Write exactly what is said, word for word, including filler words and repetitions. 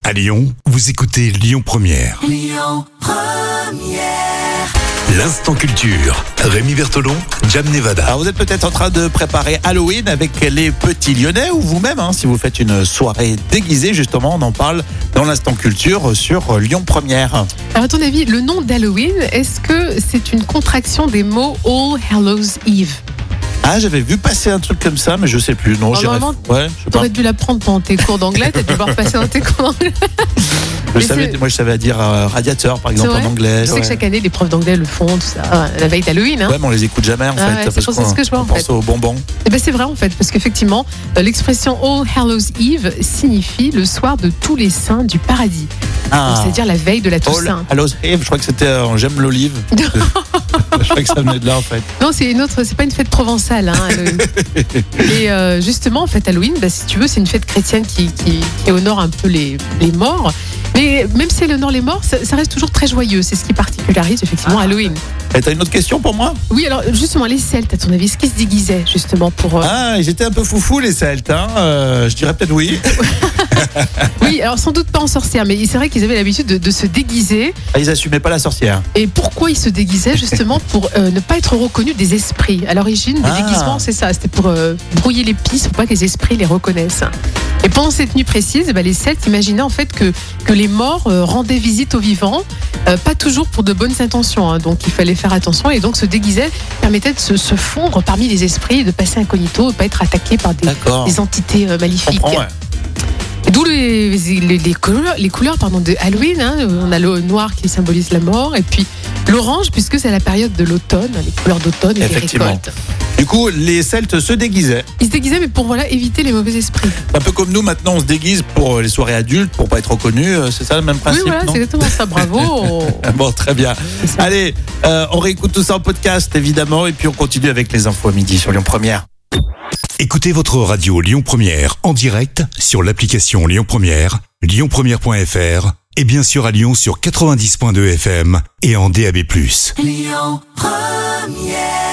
À Lyon, vous écoutez Lyon Première. Lyon Première. L'instant culture. Rémi Bertolon, Jam Nevada. Alors vous êtes peut-être en train de préparer Halloween avec les petits Lyonnais ou vous-même, hein, si vous faites une soirée déguisée, justement, on en parle dans l'instant culture sur Lyon Première. Alors à ton avis, le nom d'Halloween, est-ce que c'est une contraction des mots All Hallows Eve? Ah, j'avais vu passer un truc comme ça, mais je sais plus. Non, j'irais- Normalement, ouais, je sais pas. T'aurais dû l'apprendre pendant tes cours d'anglais, t'as dû voir passer dans tes cours d'anglais. Je mais savais, c'est- moi, je savais dire euh, radiateur, par exemple, C'est vrai en anglais. Je sais ouais. que chaque année, les profs d'anglais le font, tout ça, la veille d'Halloween. Hein. Ouais, mais on les écoute jamais, en Ah fait. ouais, c'est parce pour ça qu'on- ce que je vois, on en pense fait. aux bonbons. Eh ben, c'est vrai en fait, parce qu'effectivement, euh, l'expression All Hallows Eve signifie le soir de tous les saints du paradis. Ah. Donc, c'est-à-dire la veille de la All Toussaint. Hallows Eve, je crois que c'était euh, J'aime l'olive. Je crois que ça venait de là, en fait. Non, c'est une autre, c'est pas une fête provençale, hein, Halloween. Et euh, justement, en fait, Halloween, bah, si tu veux, c'est une fête chrétienne qui, qui, qui honore un peu les, les morts. Mais même si elle honore les morts, ça, ça reste toujours très joyeux. C'est ce qui particularise effectivement Ah. Halloween. Et t'as une autre question pour moi? Oui, alors justement, les Celtes, à ton avis, est-ce qu'ils se déguisaient justement pour. euh, Ah, ils étaient un peu foufou, les Celtes. Hein. Euh, je dirais peut-être oui. Oui, alors sans doute pas en sorcière, mais c'est vrai qu'ils avaient l'habitude de, de se déguiser. Ah, ils assumaient pas la sorcière. Et pourquoi ils se déguisaient? Justement pour euh, ne pas être reconnus des esprits. À l'origine, le Ah. déguisement, c'est ça. C'était pour euh, brouiller les pistes, pour pas que les esprits les reconnaissent. Et pendant cette nuit précise, eh ben, les Celtes imaginaient en fait que, que les morts euh, rendaient visite aux vivants, euh, pas toujours pour de bonnes intentions. Hein, donc il fallait faire attention. Et donc se déguiser permettait de se, se fondre parmi les esprits, de passer incognito, de pas être attaqué par des, D'accord. des entités euh, Je maléfiques. comprends, ouais. Et D'où les, les, les couleurs, les couleurs pardon, de Halloween. Hein. On a le noir qui symbolise la mort, et puis l'orange, puisque c'est la période de l'automne, les couleurs d'automne et des Effectivement. récoltes. Du coup, les Celtes se déguisaient. Ils se déguisaient, mais pour voilà, éviter les mauvais esprits. Un peu comme nous, maintenant, on se déguise pour les soirées adultes, pour pas être reconnu. Euh, C'est ça le même principe, oui, voilà, non? c'est exactement ça. Bravo. Bon, très bien. C'est ça. Allez, euh, on réécoute tout ça en podcast, évidemment, et puis on continue avec les infos à midi sur Lyon Première. Écoutez votre radio Lyon Première en direct sur l'application Lyon Première, lyon première point f r et bien sûr à Lyon sur quatre-vingt-dix point deux F M et en D A B plus. Lyon Première.